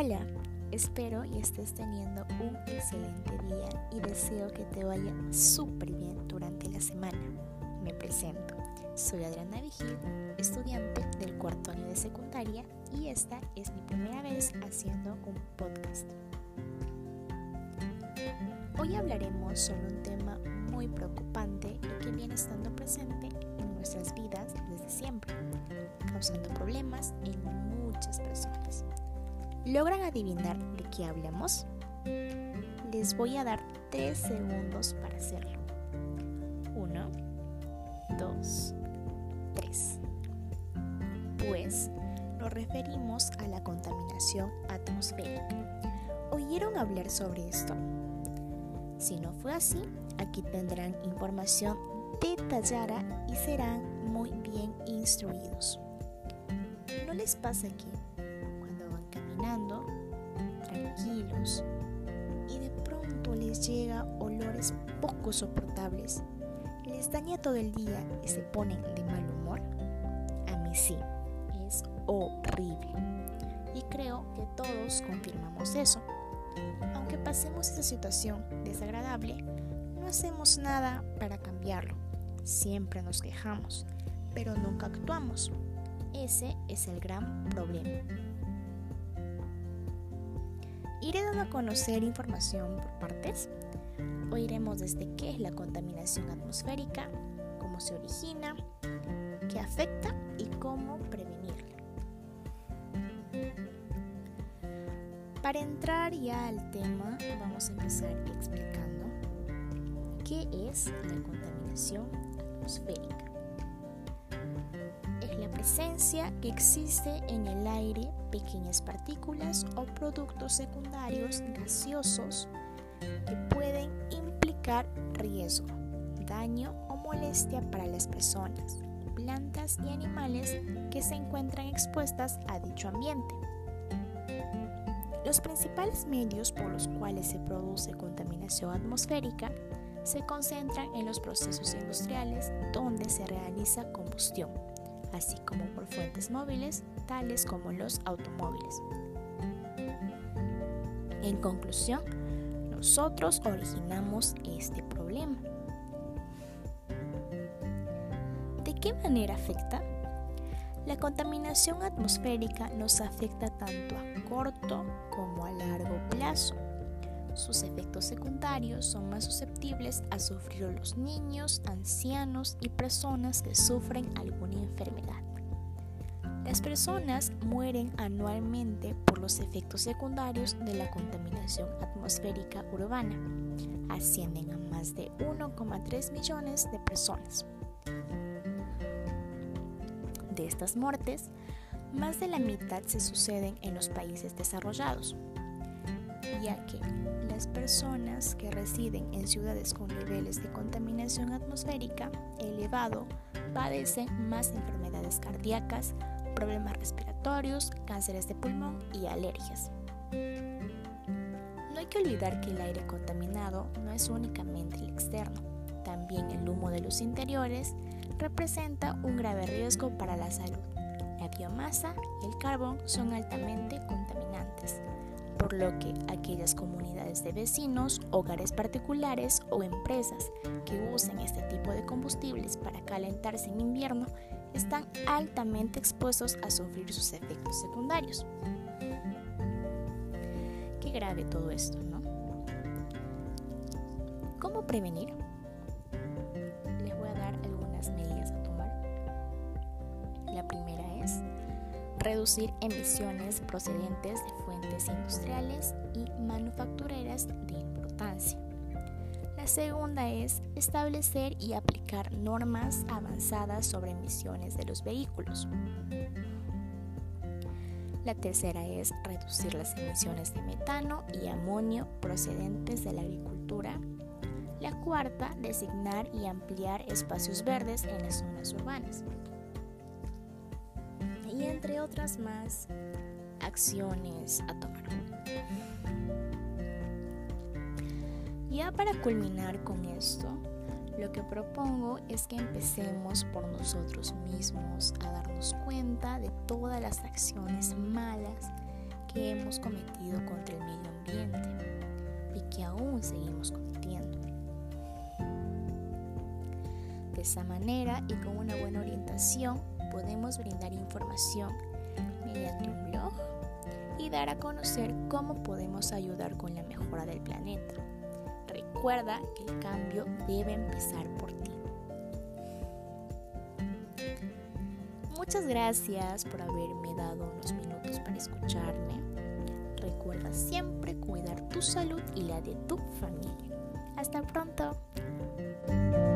Hola, espero y estés teniendo un excelente día y deseo que te vaya súper bien durante la semana. Me presento, soy Adriana Vigil, estudiante del cuarto año de secundaria y esta es mi primera vez haciendo un podcast. Hoy hablaremos sobre un tema muy preocupante y que viene estando presente en nuestras vidas desde siempre, causando problemas en muchas personas. ¿Logran adivinar de qué hablamos? Les voy a dar 3 segundos para hacerlo. 1, 2, 3. Pues nos referimos a la contaminación atmosférica. ¿Oyeron hablar sobre esto? Si no fue así, aquí tendrán información detallada y serán muy bien instruidos. ¿No les pasa que cuando van caminando, tranquilos, y de pronto les llega olores poco soportables, les daña todo el día y se ponen de mal humor? A mí sí, es horrible. Y creo que todos confirmamos eso. Aunque pasemos esa situación desagradable, no hacemos nada para cambiarlo. Siempre nos quejamos, pero nunca actuamos. Ese es el gran problema. Iré dando a conocer información por partes. Oiremos desde qué es la contaminación atmosférica, cómo se origina, qué afecta y cómo prevenirla. Para entrar ya al tema, vamos a empezar explicando qué es la contaminación atmosférica. Es la presencia que existe en el aire pequeñas partículas o productos secundarios gaseosos que pueden implicar riesgo, daño o molestia para las personas, plantas y animales que se encuentran expuestas a dicho ambiente. Los principales medios por los cuales se produce contaminación atmosférica se concentran en los procesos industriales donde se realiza combustión, así como por fuentes móviles, tales como los automóviles. En conclusión, nosotros originamos este problema. ¿De qué manera afecta? La contaminación atmosférica nos afecta tanto a corto como a largo plazo. Sus efectos secundarios son más susceptibles a sufrir los niños, ancianos y personas que sufren alguna enfermedad. Las personas mueren anualmente por los efectos secundarios de la contaminación atmosférica urbana. Ascienden a más de 1,3 millones de personas. De estas muertes, más de la mitad se suceden en los países desarrollados, ya que las personas que residen en ciudades con niveles de contaminación atmosférica elevado padecen más enfermedades cardíacas, problemas respiratorios, cánceres de pulmón y alergias. No hay que olvidar que el aire contaminado no es únicamente el externo, también el humo de los interiores representa un grave riesgo para la salud. La biomasa y el carbón son altamente contaminantes, por lo que aquellas comunidades de vecinos, hogares particulares o empresas que usen este tipo de combustibles para calentarse en invierno están altamente expuestos a sufrir sus efectos secundarios. Qué grave todo esto, ¿no? ¿Cómo prevenir? Les voy a dar algunas medidas a tomar. La primera es reducir emisiones procedentes de fuentes industriales y manufactureras de importancia. La segunda es establecer y aplicar normas avanzadas sobre emisiones de los vehículos. La tercera es reducir las emisiones de metano y amonio procedentes de la agricultura. La cuarta, designar y ampliar espacios verdes en las zonas urbanas. Y entre otras más acciones a tomar. Ya para culminar con esto, lo que propongo es que empecemos por nosotros mismos a darnos cuenta de todas las acciones malas que hemos cometido contra el medio ambiente y que aún seguimos cometiendo. De esa manera y con una buena orientación podemos brindar información mediante un blog y dar a conocer cómo podemos ayudar con la mejora del planeta. Recuerda que el cambio debe empezar por ti. Muchas gracias por haberme dado unos minutos para escucharme. Recuerda siempre cuidar tu salud y la de tu familia. Hasta pronto.